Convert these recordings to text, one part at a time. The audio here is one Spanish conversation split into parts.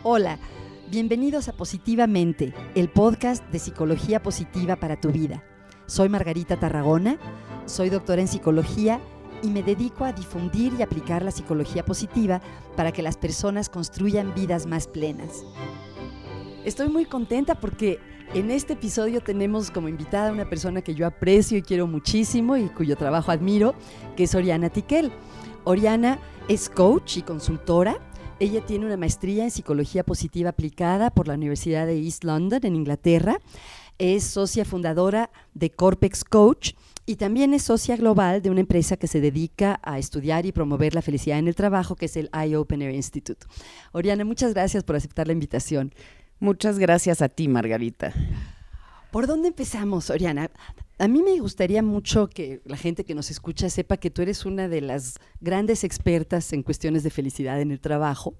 Hola, bienvenidos a Positivamente, el podcast de psicología positiva para tu vida. Soy Margarita Tarragona, soy doctora en psicología y me dedico a difundir y aplicar la psicología positiva para que las personas construyan vidas más plenas. Estoy muy contenta porque en este episodio tenemos como invitada a una persona que yo aprecio y quiero muchísimo y cuyo trabajo admiro, que es Oriana Tiquel. Oriana es coach y consultora. Ella tiene una maestría en psicología positiva aplicada por la Universidad de East London en Inglaterra. Es socia fundadora de Corpex Coach y también es socia global de una empresa que se dedica a estudiar y promover la felicidad en el trabajo, que es el Eye Opener Institute. Oriana, muchas gracias por aceptar la invitación. Muchas gracias a ti, Margarita. ¿Por dónde empezamos, Oriana? A mí me gustaría mucho que la gente que nos escucha sepa que tú eres una de las grandes expertas en cuestiones de felicidad en el trabajo.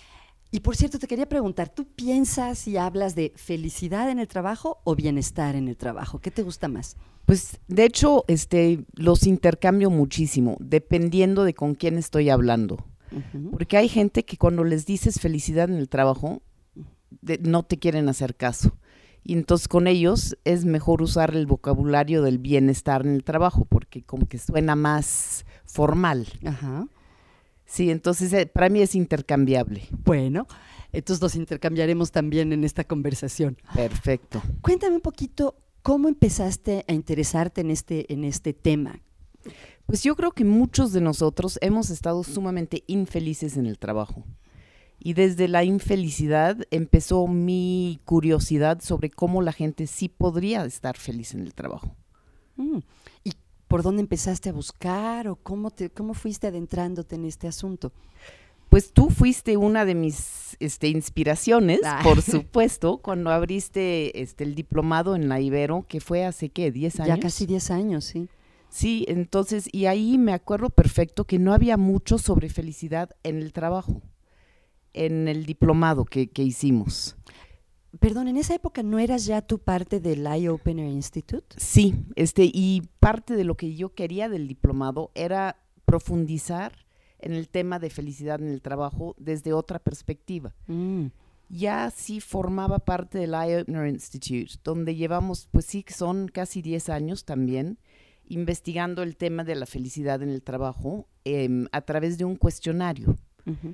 Y por cierto, te quería preguntar, ¿tú piensas y hablas de felicidad en el trabajo o bienestar en el trabajo? ¿Qué te gusta más? Pues, de hecho, los intercambio muchísimo, dependiendo de con quién estoy hablando. Uh-huh. Porque hay gente que cuando les dices felicidad en el trabajo, no te quieren hacer caso. Y entonces con ellos es mejor usar el vocabulario del bienestar en el trabajo, porque como que suena más formal. Ajá. Sí, entonces para mí es intercambiable. Bueno, entonces los intercambiaremos también en esta conversación. Perfecto. Cuéntame un poquito, ¿cómo empezaste a interesarte en este tema? Pues yo creo que muchos de nosotros hemos estado sumamente infelices en el trabajo. Y desde la infelicidad empezó mi curiosidad sobre cómo la gente sí podría estar feliz en el trabajo. ¿Y por dónde empezaste a buscar o cómo fuiste adentrándote en este asunto? Pues tú fuiste una de mis inspiraciones, por supuesto, cuando abriste el diplomado en la Ibero, que fue hace, ¿qué? ¿10 años? Ya casi 10 años, sí. Sí, entonces, y ahí me acuerdo perfecto que no había mucho sobre felicidad en el trabajo. En el diplomado que hicimos. Perdón, ¿en esa época no eras ya tú parte del Eye Opener Institute? Sí, y parte de lo que yo quería del diplomado era profundizar en el tema de felicidad en el trabajo desde otra perspectiva. Ya sí formaba parte del Eye Opener Institute, donde llevamos, pues sí, que son casi 10 años también, investigando el tema de la felicidad en el trabajo a través de un cuestionario. Uh-huh.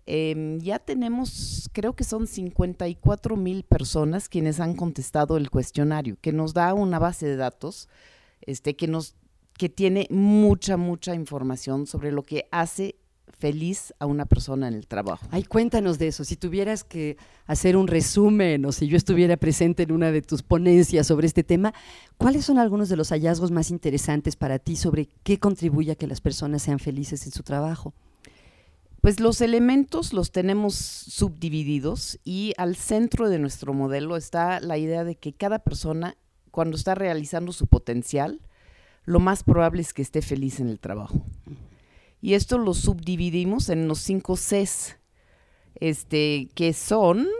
Ya tenemos, creo que son 54,000 personas quienes han contestado el cuestionario, que nos da una base de datos que tiene mucha información sobre lo que hace feliz a una persona en el trabajo. Ay, cuéntanos de eso. Si tuvieras que hacer un resumen o si yo estuviera presente en una de tus ponencias sobre este tema, ¿cuáles son algunos de los hallazgos más interesantes para ti sobre qué contribuye a que las personas sean felices en su trabajo? Pues los elementos los tenemos subdivididos y al centro de nuestro modelo está la idea de que cada persona, cuando está realizando su potencial, lo más probable es que esté feliz en el trabajo. Y esto lo subdividimos en los 5 Cs, que son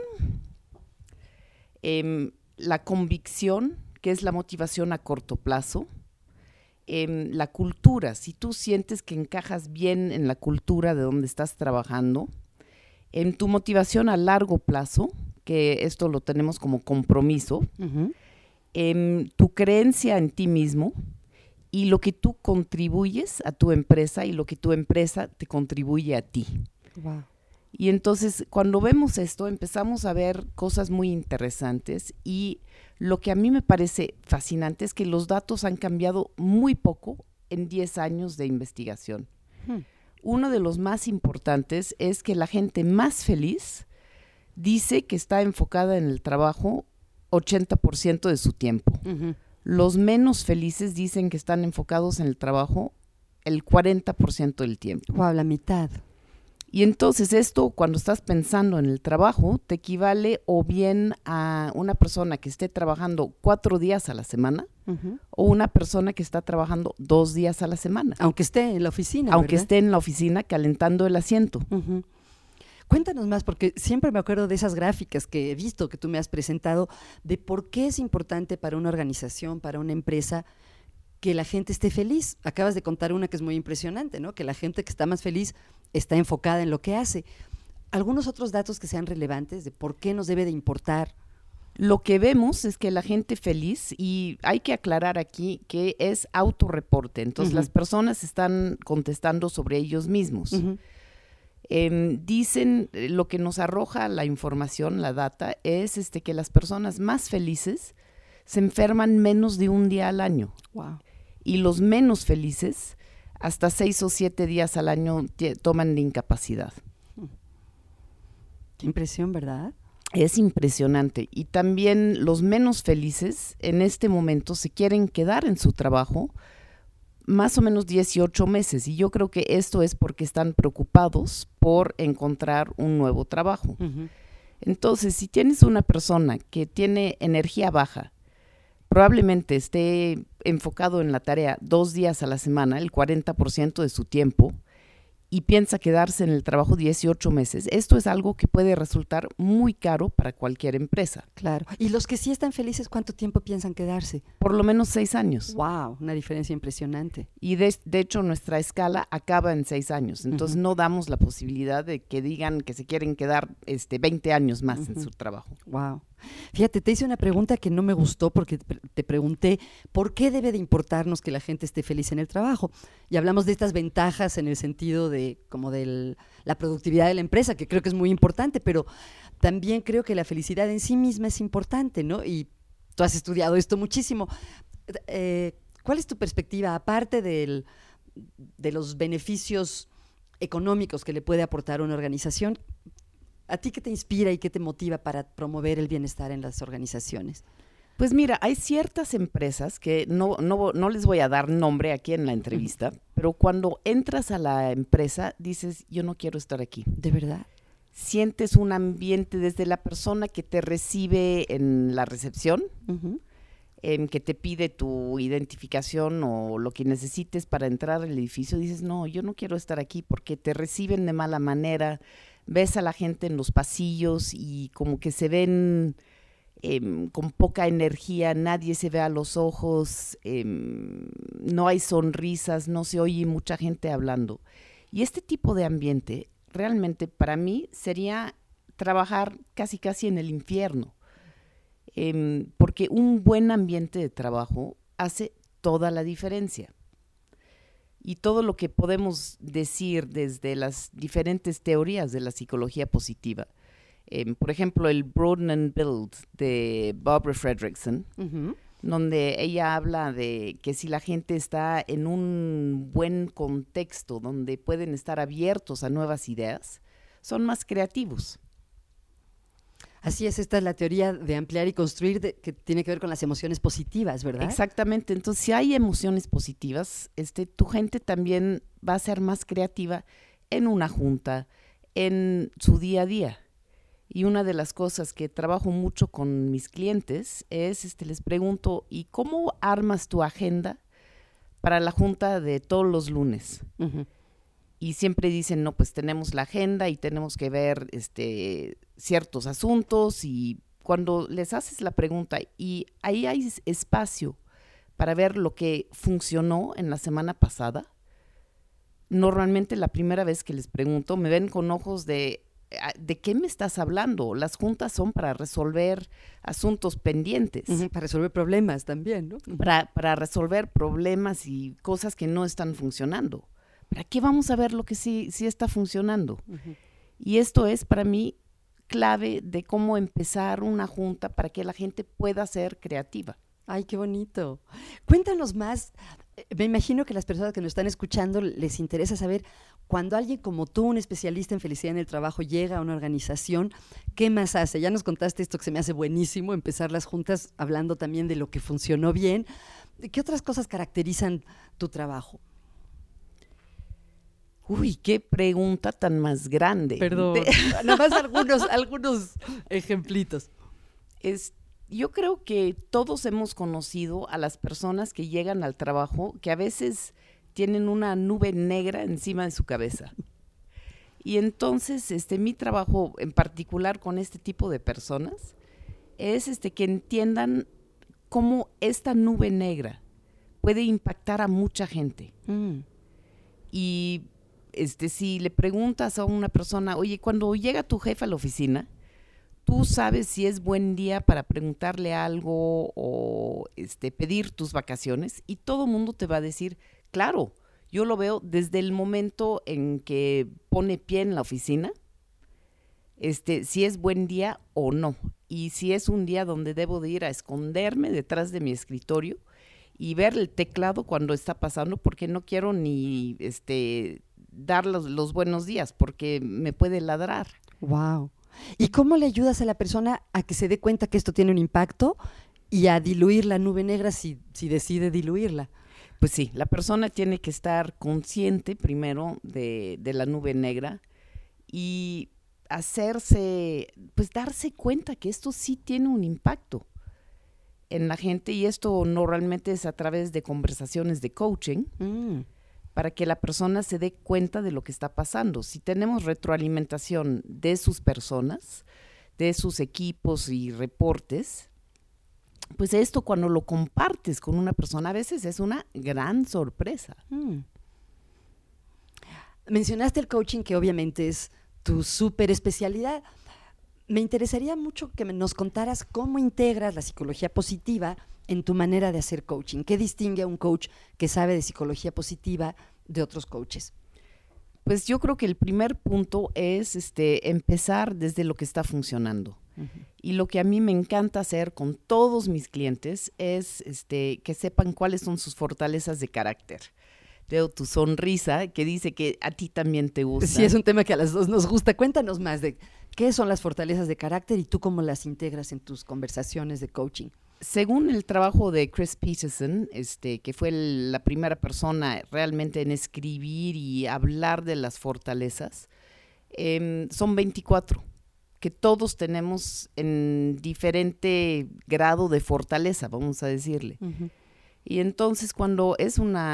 la convicción, que es la motivación a corto plazo. La cultura, si tú sientes que encajas bien en la cultura de donde estás trabajando, en tu motivación a largo plazo, que esto lo tenemos como compromiso, uh-huh. Tu creencia en ti mismo y lo que tú contribuyes a tu empresa y lo que tu empresa te contribuye a ti. Wow. Y entonces cuando vemos esto empezamos a ver cosas muy interesantes y lo que a mí me parece fascinante es que los datos han cambiado muy poco en 10 años de investigación. Uno de los más importantes es que la gente más feliz dice que está enfocada en el trabajo 80% de su tiempo. Uh-huh. Los menos felices dicen que están enfocados en el trabajo el 40% del tiempo. Wow, la mitad. Y entonces esto, cuando estás pensando en el trabajo, te equivale o bien a una persona que esté trabajando 4 días a la semana, uh-huh. o una persona que está trabajando 2 días a la semana. Aunque esté en la oficina, Aunque ¿verdad? esté en la oficina calentando el asiento. Uh-huh. Cuéntanos más, porque siempre me acuerdo de esas gráficas que he visto, que tú me has presentado, de por qué es importante para una organización, para una empresa, que la gente esté feliz. Acabas de contar una que es muy impresionante, ¿no? Que la gente que está más feliz está enfocada en lo que hace. ¿Algunos otros datos que sean relevantes de por qué nos debe de importar? Lo que vemos es que la gente feliz, y hay que aclarar aquí que es autorreporte, entonces las personas están contestando sobre ellos mismos. Dicen, lo que nos arroja la información, la data, es que las personas más felices se enferman menos de un día al año. Wow. Y los menos felices, hasta 6 o 7 días al año toman de incapacidad. Qué impresión, ¿verdad? Es impresionante. Y también los menos felices en este momento se quieren quedar en su trabajo más o menos 18 meses. Y yo creo que esto es porque están preocupados por encontrar un nuevo trabajo. Entonces, si tienes una persona que tiene energía baja, probablemente esté enfocado en la tarea 2 días a la semana, el 40% de su tiempo, y piensa quedarse en el trabajo 18 meses, esto es algo que puede resultar muy caro para cualquier empresa. Claro. ¿Y los que sí están felices, cuánto tiempo piensan quedarse? Por lo menos 6 años. Wow, una diferencia impresionante. Y de hecho nuestra escala acaba en 6 años, entonces no damos la posibilidad de que digan que se quieren quedar 20 años más en su trabajo. Wow. Fíjate, te hice una pregunta que no me gustó porque te pregunté ¿por qué debe de importarnos que la gente esté feliz en el trabajo? Y hablamos de estas ventajas en el sentido de como de la productividad de la empresa, que creo que es muy importante, pero también creo que la felicidad en sí misma es importante, ¿no? Y tú has estudiado esto muchísimo. ¿Cuál es tu perspectiva, aparte de los beneficios económicos que le puede aportar una organización? ¿A ti qué te inspira y qué te motiva para promover el bienestar en las organizaciones? Pues mira, hay ciertas empresas que no les voy a dar nombre aquí en la entrevista, pero cuando entras a la empresa dices, yo no quiero estar aquí. ¿De verdad? Sientes un ambiente desde la persona que te recibe en la recepción, que te pide tu identificación o lo que necesites para entrar al edificio, dices, no, yo no quiero estar aquí porque te reciben de mala manera. Ves a la gente en los pasillos y como que se ven con poca energía, nadie se ve a los ojos, no hay sonrisas, no se oye mucha gente hablando. Y este tipo de ambiente realmente para mí sería trabajar casi en el infierno, porque un buen ambiente de trabajo hace toda la diferencia. Y todo lo que podemos decir desde las diferentes teorías de la psicología positiva. Por ejemplo, el Broaden and Build de Barbara Fredrickson, donde ella habla de que si la gente está en un buen contexto donde pueden estar abiertos a nuevas ideas, son más creativos. Así es, esta es la teoría de ampliar y construir que tiene que ver con las emociones positivas, ¿verdad? Exactamente, entonces si hay emociones positivas, tu gente también va a ser más creativa en una junta, en su día a día. Y una de las cosas que trabajo mucho con mis clientes es, les pregunto, ¿y cómo armas tu agenda para la junta de todos los lunes? Y siempre dicen, no, pues tenemos la agenda y tenemos que ver ciertos asuntos, y cuando les haces la pregunta y ahí hay espacio para ver lo que funcionó en la semana pasada, normalmente la primera vez que les pregunto me ven con ojos de qué me estás hablando. Las juntas son para resolver asuntos pendientes. Para resolver problemas también, ¿no? Para resolver problemas y cosas que no están funcionando. ¿Para qué vamos a ver lo que sí está funcionando? Y esto es para mí clave de cómo empezar una junta para que la gente pueda ser creativa. Ay, qué bonito. Cuéntanos más. Me imagino que las personas que nos están escuchando les interesa saber, cuando alguien como tú, un especialista en felicidad en el trabajo, llega a una organización, ¿qué más hace? Ya nos contaste esto que se me hace buenísimo, empezar las juntas hablando también de lo que funcionó bien. ¿Qué otras cosas caracterizan tu trabajo? Uy, qué pregunta tan más grande. Perdón, nada más algunos ejemplitos. Yo creo que todos hemos conocido a las personas que llegan al trabajo que a veces tienen una nube negra encima de su cabeza. Y entonces mi trabajo en particular con este tipo de personas es que entiendan cómo esta nube negra puede impactar a mucha gente. Y si le preguntas a una persona, oye, cuando llega tu jefe a la oficina, tú sabes si es buen día para preguntarle algo o pedir tus vacaciones, y todo el mundo te va a decir, claro, yo lo veo desde el momento en que pone pie en la oficina, si es buen día o no, y si es un día donde debo de ir a esconderme detrás de mi escritorio y ver el teclado cuando está pasando, porque no quiero ni dar los buenos días, porque me puede ladrar. Wow. ¿Y cómo le ayudas a la persona a que se dé cuenta que esto tiene un impacto y a diluir la nube negra si decide diluirla? Pues sí, la persona tiene que estar consciente primero de la nube negra y darse cuenta que esto sí tiene un impacto en la gente, y esto normalmente es a través de conversaciones de coaching, para que la persona se dé cuenta de lo que está pasando. Si tenemos retroalimentación de sus personas, de sus equipos y reportes, pues esto cuando lo compartes con una persona a veces es una gran sorpresa. Mencionaste el coaching, que obviamente es tu súper especialidad. Me interesaría mucho que nos contaras cómo integras la psicología positiva en tu manera de hacer coaching. ¿Qué distingue a un coach que sabe de psicología positiva de otros coaches? Pues yo creo que el primer punto es empezar desde lo que está funcionando. Y lo que a mí me encanta hacer con todos mis clientes es que sepan cuáles son sus fortalezas de carácter. Veo tu sonrisa que dice que a ti también te gusta. Sí, es un tema que a las dos nos gusta. Cuéntanos más de qué son las fortalezas de carácter y tú cómo las integras en tus conversaciones de coaching. Según el trabajo de Chris Peterson, que fue la primera persona realmente en escribir y hablar de las fortalezas, son 24, que todos tenemos en diferente grado de fortaleza, vamos a decirle. Y entonces cuando es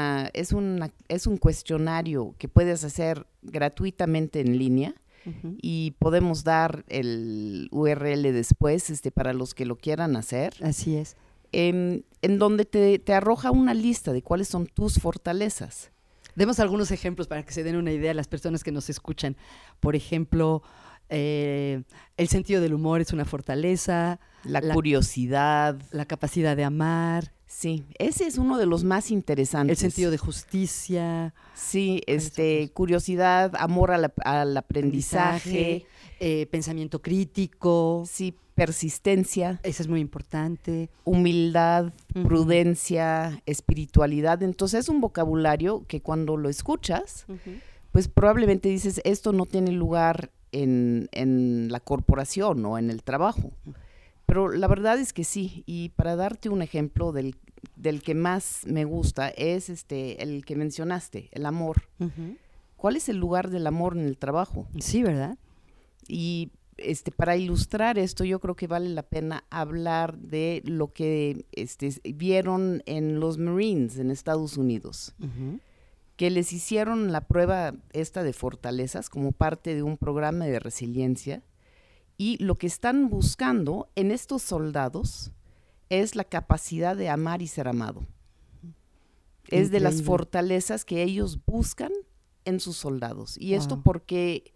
un cuestionario que puedes hacer gratuitamente en línea, y podemos dar el URL después para los que lo quieran hacer. Así es. En donde te arroja una lista de cuáles son tus fortalezas. Demos algunos ejemplos para que se den una idea a las personas que nos escuchan. Por ejemplo, el sentido del humor es una fortaleza. La curiosidad. La capacidad de amar. Sí, ese es uno de los más interesantes. El sentido de justicia. Sí, curiosidad, amor al aprendizaje. Pensamiento crítico. Sí, persistencia. Eso es muy importante. Humildad, prudencia, espiritualidad. Entonces es un vocabulario que cuando lo escuchas, pues probablemente dices, esto no tiene lugar en la corporación o en el trabajo. Pero la verdad es que sí, y para darte un ejemplo del que más me gusta es el que mencionaste, el amor. ¿Cuál es el lugar del amor en el trabajo? Sí, ¿verdad? Y para ilustrar esto, yo creo que vale la pena hablar de lo que vieron en los Marines en Estados Unidos, que les hicieron la prueba de fortalezas como parte de un programa de resiliencia. Y lo que están buscando en estos soldados es la capacidad de amar y ser amado. Increíble. Es de las fortalezas que ellos buscan en sus soldados. Y esto porque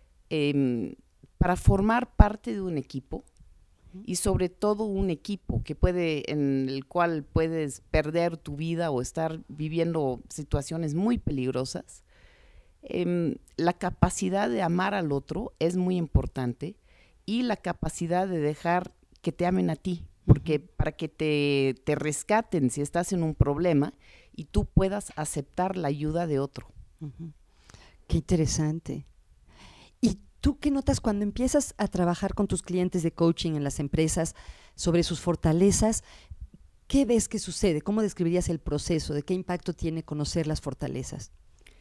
para formar parte de un equipo, y sobre todo un equipo en el cual puedes perder tu vida o estar viviendo situaciones muy peligrosas, la capacidad de amar al otro es muy importante. Y la capacidad de dejar que te amen a ti, porque para que te rescaten si estás en un problema y tú puedas aceptar la ayuda de otro. Qué interesante. ¿Y tú qué notas cuando empiezas a trabajar con tus clientes de coaching en las empresas sobre sus fortalezas? ¿Qué ves que sucede? ¿Cómo describirías el proceso? ¿De qué impacto tiene conocer las fortalezas?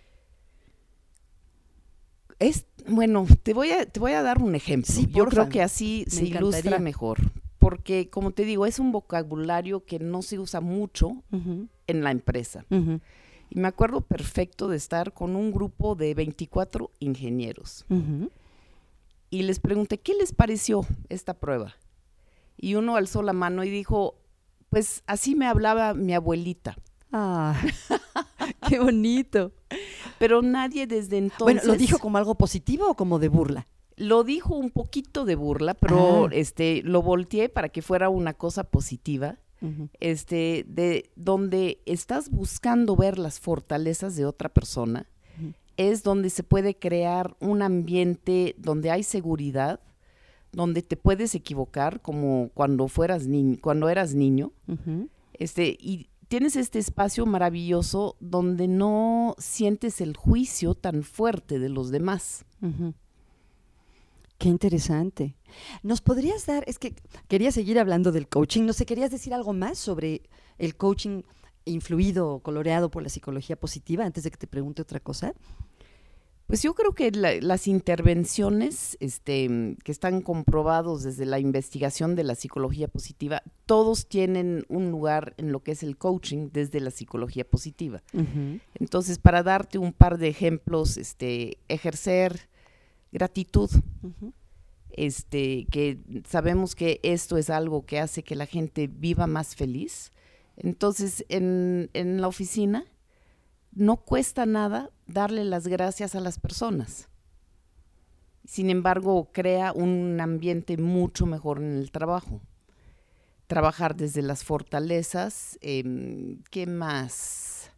Bueno, te voy a dar un ejemplo. Sí, yo creo que así se ilustra mejor, porque como te digo, es un vocabulario que no se usa mucho en la empresa. Y me acuerdo perfecto de estar con un grupo de 24 ingenieros. Y les pregunté, ¿qué les pareció esta prueba? Y uno alzó la mano y dijo, pues así me hablaba mi abuelita. ¡Ah! ¡Qué bonito! Pero nadie desde entonces... Bueno, ¿lo dijo como algo positivo o como de burla? Lo dijo un poquito de burla, pero lo volteé para que fuera una cosa positiva. Uh-huh. De donde estás buscando ver las fortalezas de otra persona, uh-huh, es donde se puede crear un ambiente donde hay seguridad, donde te puedes equivocar como cuando eras niño, uh-huh, y tienes este espacio maravilloso donde no sientes el juicio tan fuerte de los demás. Uh-huh. Qué interesante. ¿Nos podrías dar, es que quería seguir hablando del coaching, no sé, ¿querías decir algo más sobre el coaching influido o coloreado por la psicología positiva antes de que te pregunte otra cosa? Pues yo creo que las intervenciones que están comprobados desde la investigación de la psicología positiva, todos tienen un lugar en lo que es el coaching desde la psicología positiva. Uh-huh. Entonces, para darte un par de ejemplos, ejercer gratitud, uh-huh, que sabemos que esto es algo que hace que la gente viva más feliz. Entonces, en la oficina no cuesta nada darle las gracias a las personas. Sin embargo, crea un ambiente mucho mejor en el trabajo. Trabajar desde las fortalezas, ¿qué más?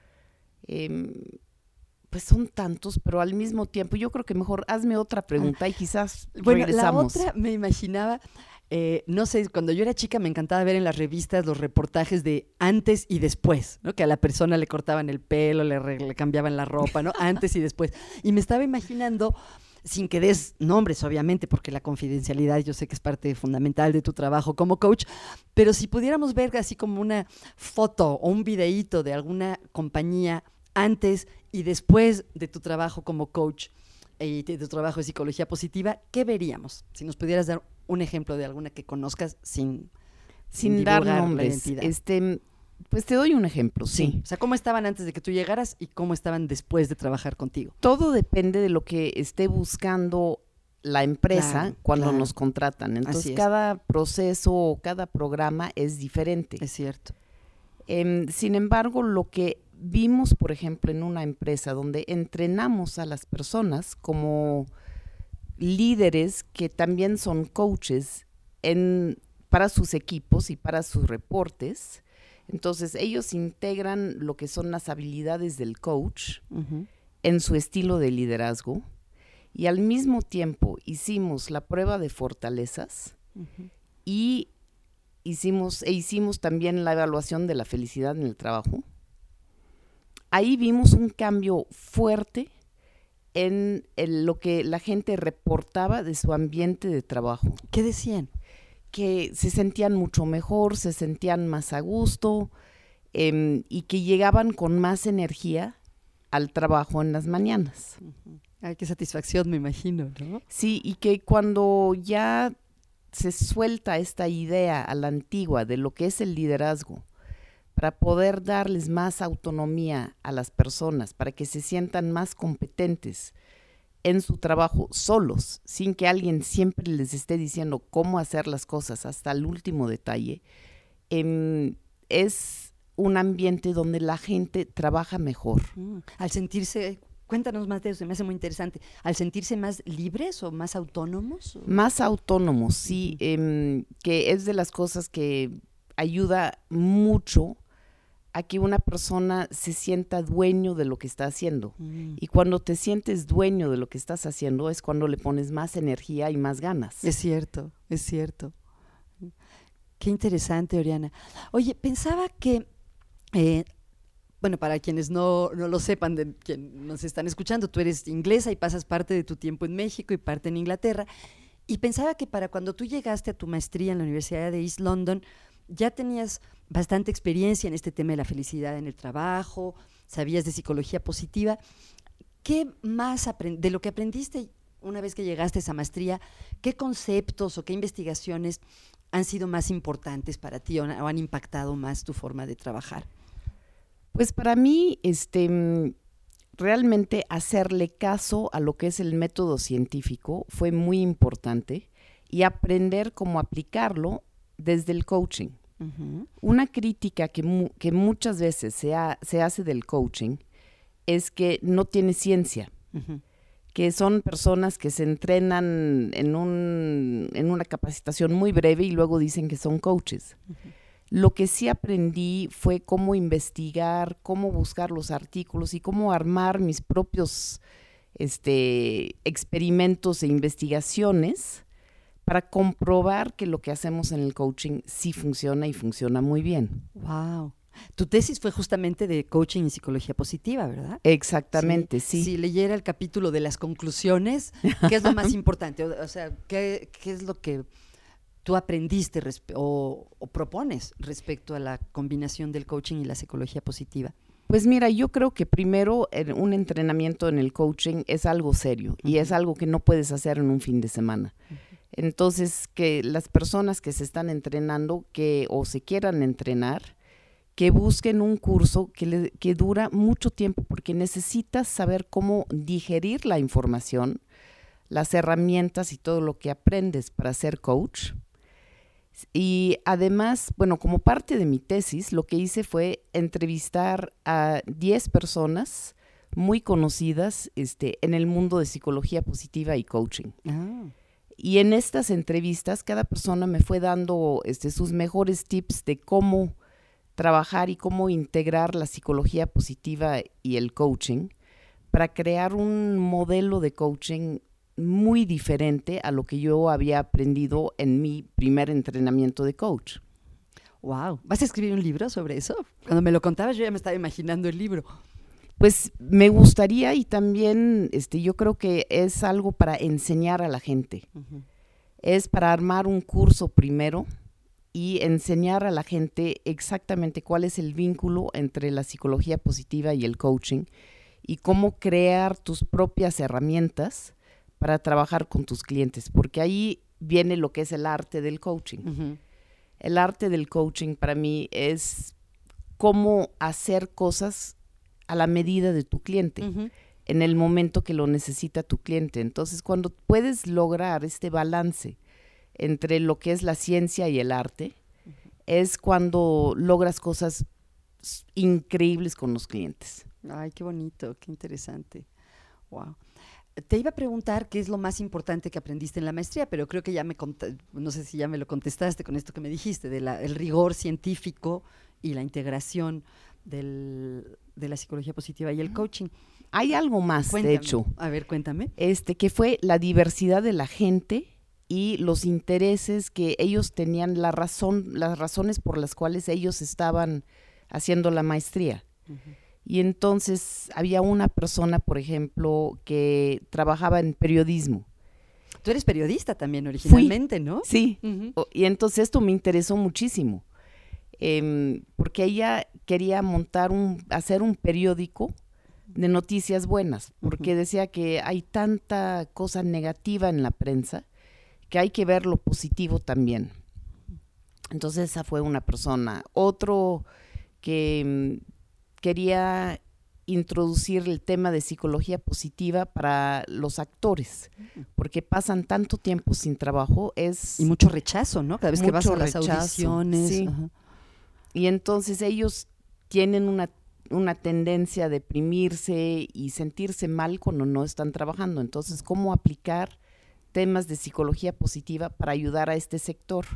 Pues son tantos, pero al mismo tiempo yo creo que mejor hazme otra pregunta y quizás regresamos. La otra me imaginaba, no sé, cuando yo era chica me encantaba ver en las revistas los reportajes de antes y después, ¿no? Que a la persona le cortaban el pelo, le cambiaban la ropa, ¿no? Antes y después. Y me estaba imaginando, sin que des nombres, obviamente, porque la confidencialidad yo sé que es parte fundamental de tu trabajo como coach, pero si pudiéramos ver así como una foto o un videíto de alguna compañía antes y después de tu trabajo como coach y de tu trabajo de psicología positiva, ¿qué veríamos? Si nos pudieras dar un ejemplo de alguna que conozcas sin dar nombres. Pues te doy un ejemplo, sí. O sea, ¿cómo estaban antes de que tú llegaras y cómo estaban después de trabajar contigo? Todo depende de lo que esté buscando la empresa cuando nos contratan. Entonces, cada proceso o cada programa es diferente. Es cierto. Sin embargo, lo que vimos, por ejemplo, en una empresa donde entrenamos a las personas como líderes que también son coaches para sus equipos y para sus reportes. Entonces, ellos integran lo que son las habilidades del coach, uh-huh, en su estilo de liderazgo, y al mismo tiempo hicimos la prueba de fortalezas, uh-huh, y hicimos también la evaluación de la felicidad en el trabajo. Ahí vimos un cambio fuerte en lo que la gente reportaba de su ambiente de trabajo. ¿Qué decían? Que se sentían mucho mejor, se sentían más a gusto, y que llegaban con más energía al trabajo en las mañanas. Uh-huh. Ay, qué satisfacción, me imagino, ¿no? Sí, y que cuando ya se suelta esta idea a la antigua de lo que es el liderazgo, para poder darles más autonomía a las personas, para que se sientan más competentes en su trabajo solos, sin que alguien siempre les esté diciendo cómo hacer las cosas hasta el último detalle, es un ambiente donde la gente trabaja mejor. Al sentirse, cuéntanos más de eso, me hace muy interesante, ¿al sentirse más libres o más autónomos? Más autónomos, sí, que es de las cosas que ayuda mucho a que una persona se sienta dueño de lo que está haciendo. Y cuando te sientes dueño de lo que estás haciendo es cuando le pones más energía y más ganas. Es cierto, es cierto. Qué interesante, Oriana. Oye, pensaba que, bueno, para quienes no lo sepan, de quien nos están escuchando, tú eres inglesa y pasas parte de tu tiempo en México y parte en Inglaterra. Y pensaba que para cuando tú llegaste a tu maestría en la Universidad de East London, ya tenías bastante experiencia en este tema de la felicidad en el trabajo, sabías de psicología positiva. ¿Qué más de lo que aprendiste una vez que llegaste a esa maestría, qué conceptos o qué investigaciones han sido más importantes para ti o han impactado más tu forma de trabajar? Pues para mí, realmente hacerle caso a lo que es el método científico fue muy importante y aprender cómo aplicarlo desde el coaching. Uh-huh. Una crítica que muchas veces se hace del coaching es que no tiene ciencia, que son personas que se entrenan en una capacitación muy breve y luego dicen que son coaches. Lo que sí aprendí fue cómo investigar, cómo buscar los artículos y cómo armar mis propios experimentos e investigaciones para comprobar que lo que hacemos en el coaching sí funciona y funciona muy bien. Wow. Tu tesis fue justamente de coaching y psicología positiva, ¿verdad? Exactamente, sí. Si leyera el capítulo de las conclusiones, ¿qué es lo más importante? O sea, ¿qué es lo que tú aprendiste o propones respecto a la combinación del coaching y la psicología positiva? Pues mira, yo creo que primero un entrenamiento en el coaching es algo serio y es algo que no puedes hacer en un fin de semana. Entonces, que las personas que se están entrenando o se quieran entrenar, que busquen un curso que dura mucho tiempo, porque necesitas saber cómo digerir la información, las herramientas y todo lo que aprendes para ser coach. Y además, bueno, como parte de mi tesis, lo que hice fue entrevistar a 10 personas muy conocidas en el mundo de psicología positiva y coaching. Y en estas entrevistas, cada persona me fue dando sus mejores tips de cómo trabajar y cómo integrar la psicología positiva y el coaching para crear un modelo de coaching muy diferente a lo que yo había aprendido en mi primer entrenamiento de coach. Wow, ¿vas a escribir un libro sobre eso? Cuando me lo contabas yo ya me estaba imaginando el libro. Pues me gustaría, y también yo creo que es algo para enseñar a la gente. Es para armar un curso primero y enseñar a la gente exactamente cuál es el vínculo entre la psicología positiva y el coaching y cómo crear tus propias herramientas para trabajar con tus clientes, porque ahí viene lo que es el arte del coaching. El arte del coaching para mí es cómo hacer cosas a la medida de tu cliente, en el momento que lo necesita tu cliente. Entonces, cuando puedes lograr este balance entre lo que es la ciencia y el arte, es cuando logras cosas increíbles con los clientes. Ay, qué bonito, qué interesante. Wow. Te iba a preguntar qué es lo más importante que aprendiste en la maestría, pero creo que ya no sé si ya me lo contestaste con esto que me dijiste, el rigor científico y la integración de la psicología positiva y el coaching. Hay algo más, Cuéntame. de hecho. A ver, cuéntame. Que fue la diversidad de la gente y los intereses que ellos tenían, las razones por las cuales ellos estaban haciendo la maestría. Y entonces había una persona, por ejemplo, que trabajaba en periodismo. Tú eres periodista también originalmente, ¿no? Sí, y entonces esto me interesó muchísimo, porque ella quería hacer un periódico de noticias buenas, porque decía que hay tanta cosa negativa en la prensa que hay que ver lo positivo también. Entonces esa fue una persona. Otro que quería introducir el tema de psicología positiva para los actores, porque pasan tanto tiempo sin trabajo. Y mucho rechazo, ¿no? Cada vez que vas a las audiciones. Sí. Y entonces ellos tienen una tendencia a deprimirse y sentirse mal cuando no están trabajando. Entonces, ¿cómo aplicar temas de psicología positiva para ayudar a este sector?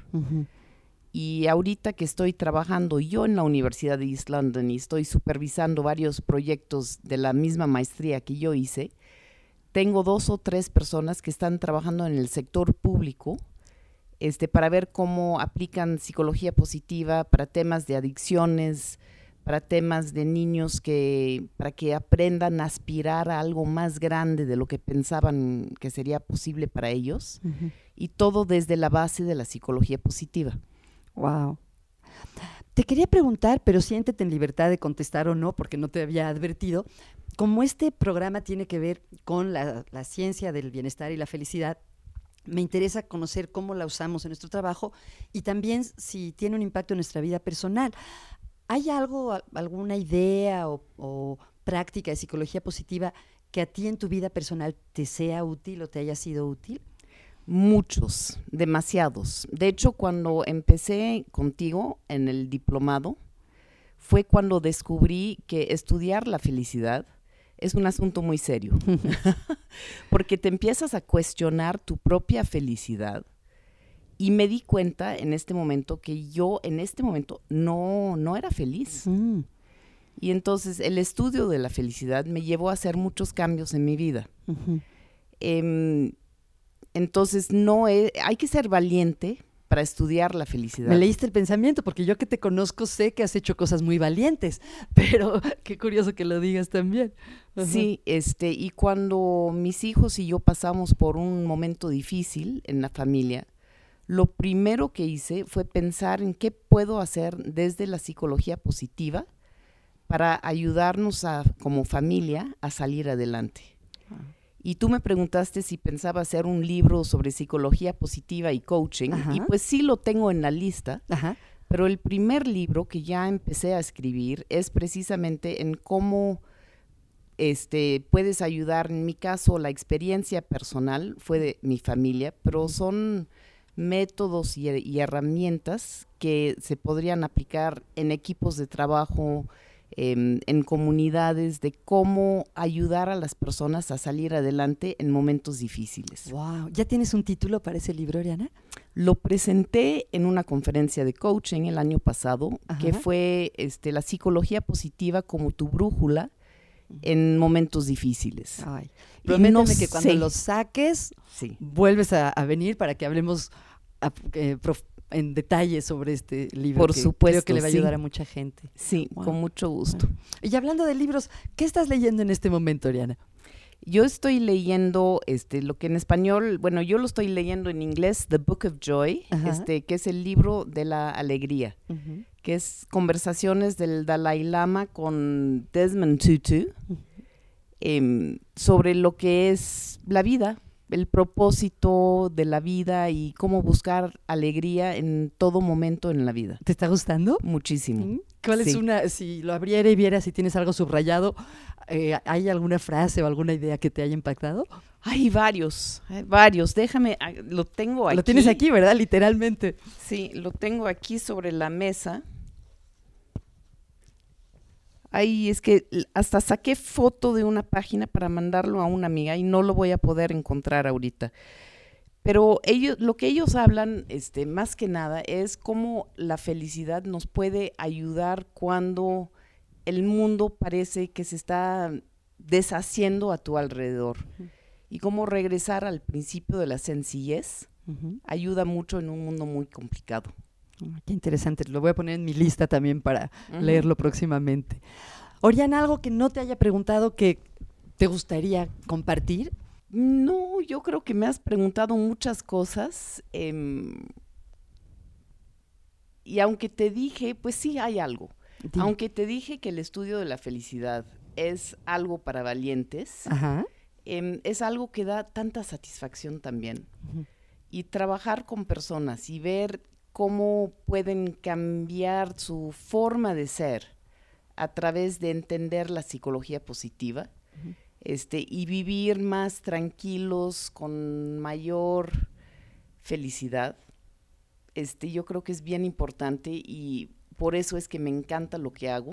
Y ahorita que estoy trabajando yo en la Universidad de East London y estoy supervisando varios proyectos de la misma maestría que yo hice, tengo 2 o 3 personas que están trabajando en el sector público para ver cómo aplican psicología positiva para temas de adicciones, para temas de niños para que aprendan a aspirar a algo más grande de lo que pensaban que sería posible para ellos, y todo desde la base de la psicología positiva. Wow. Te quería preguntar, pero siéntete en libertad de contestar o no, porque no te había advertido, como este programa tiene que ver con la ciencia del bienestar y la felicidad, me interesa conocer cómo la usamos en nuestro trabajo y también si tiene un impacto en nuestra vida personal. ¿Hay alguna idea o práctica de psicología positiva que a ti en tu vida personal te sea útil o te haya sido útil? Muchos, demasiados. De hecho, cuando empecé contigo en el diplomado, fue cuando descubrí que estudiar la felicidad es un asunto muy serio, porque te empiezas a cuestionar tu propia felicidad. Y me di cuenta en este momento que yo en este momento no era feliz. Y entonces el estudio de la felicidad me llevó a hacer muchos cambios en mi vida. Entonces hay que ser valiente para estudiar la felicidad. Me leíste el pensamiento, porque yo que te conozco sé que has hecho cosas muy valientes, pero qué curioso que lo digas también. Sí, y cuando mis hijos y yo pasamos por un momento difícil en la familia, lo primero que hice fue pensar en qué puedo hacer desde la psicología positiva para ayudarnos como familia a salir adelante. Y tú me preguntaste si pensaba hacer un libro sobre psicología positiva y coaching, y pues sí lo tengo en la lista, pero el primer libro que ya empecé a escribir es precisamente en cómo puedes ayudar. En mi caso, la experiencia personal fue de mi familia, pero son métodos y herramientas que se podrían aplicar en equipos de trabajo, en comunidades, de cómo ayudar a las personas a salir adelante en momentos difíciles. Wow. ¿Ya tienes un título para ese libro, Oriana? Lo presenté en una conferencia de coaching el año pasado, que fue la psicología positiva como tu brújula en momentos difíciles. Ay, prométeme que cuando lo saques, vuelves a venir para que hablemos en detalle sobre este libro. Por supuesto, creo que le va a ayudar a mucha gente. Sí, con mucho gusto. Bueno. Y hablando de libros, ¿qué estás leyendo en este momento, Oriana? Yo estoy leyendo lo que en español, bueno, yo lo estoy leyendo en inglés, The Book of Joy, que es el libro de la alegría, que es conversaciones del Dalai Lama con Desmond Tutu, sobre lo que es la vida, el propósito de la vida y cómo buscar alegría en todo momento en la vida. ¿Te está gustando? Muchísimo. ¿Cuál es si lo abriera y viera, si tienes algo subrayado, ¿hay alguna frase o alguna idea que te haya impactado? Hay varios. Déjame, lo tengo aquí. Lo tienes aquí, ¿verdad? Literalmente. Sí, lo tengo aquí sobre la mesa. Ay, es que hasta saqué foto de una página para mandarlo a una amiga y no lo voy a poder encontrar ahorita. Pero lo que ellos hablan, más que nada, es cómo la felicidad nos puede ayudar cuando el mundo parece que se está deshaciendo a tu alrededor. Y cómo regresar al principio de la sencillez ayuda mucho en un mundo muy complicado. Qué interesante, lo voy a poner en mi lista también para leerlo próximamente. Oriana, ¿algo que no te haya preguntado que te gustaría compartir? No, yo creo que me has preguntado muchas cosas, y aunque te dije, pues sí hay algo. Dime. Aunque te dije que el estudio de la felicidad es algo para valientes, es algo que da tanta satisfacción también. Y trabajar con personas y ver cómo pueden cambiar su forma de ser a través de entender la psicología positiva, y vivir más tranquilos, con mayor felicidad. Yo creo que es bien importante y por eso es que me encanta lo que hago.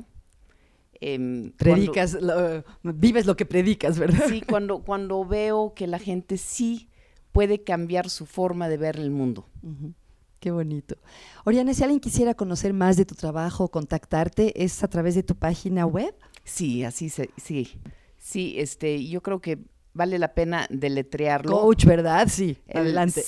Vives lo que predicas, ¿verdad? Sí, cuando veo que la gente sí puede cambiar su forma de ver el mundo. Qué bonito. Oriana, si alguien quisiera conocer más de tu trabajo, contactarte, ¿es a través de tu página web? Sí, sí. Sí, yo creo que vale la pena deletrearlo. Coach, ¿verdad? Sí, adelante.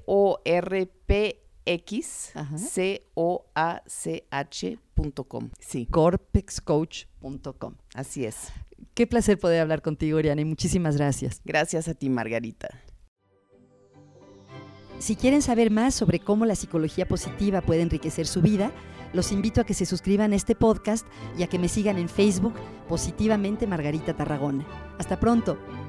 corpexcoach.com. Sí. corpexcoach.com. Así es. Qué placer poder hablar contigo, Oriana, y muchísimas gracias. Gracias a ti, Margarita. Si quieren saber más sobre cómo la psicología positiva puede enriquecer su vida, los invito a que se suscriban a este podcast y a que me sigan en Facebook, Positivamente Margarita Tarragona. Hasta pronto.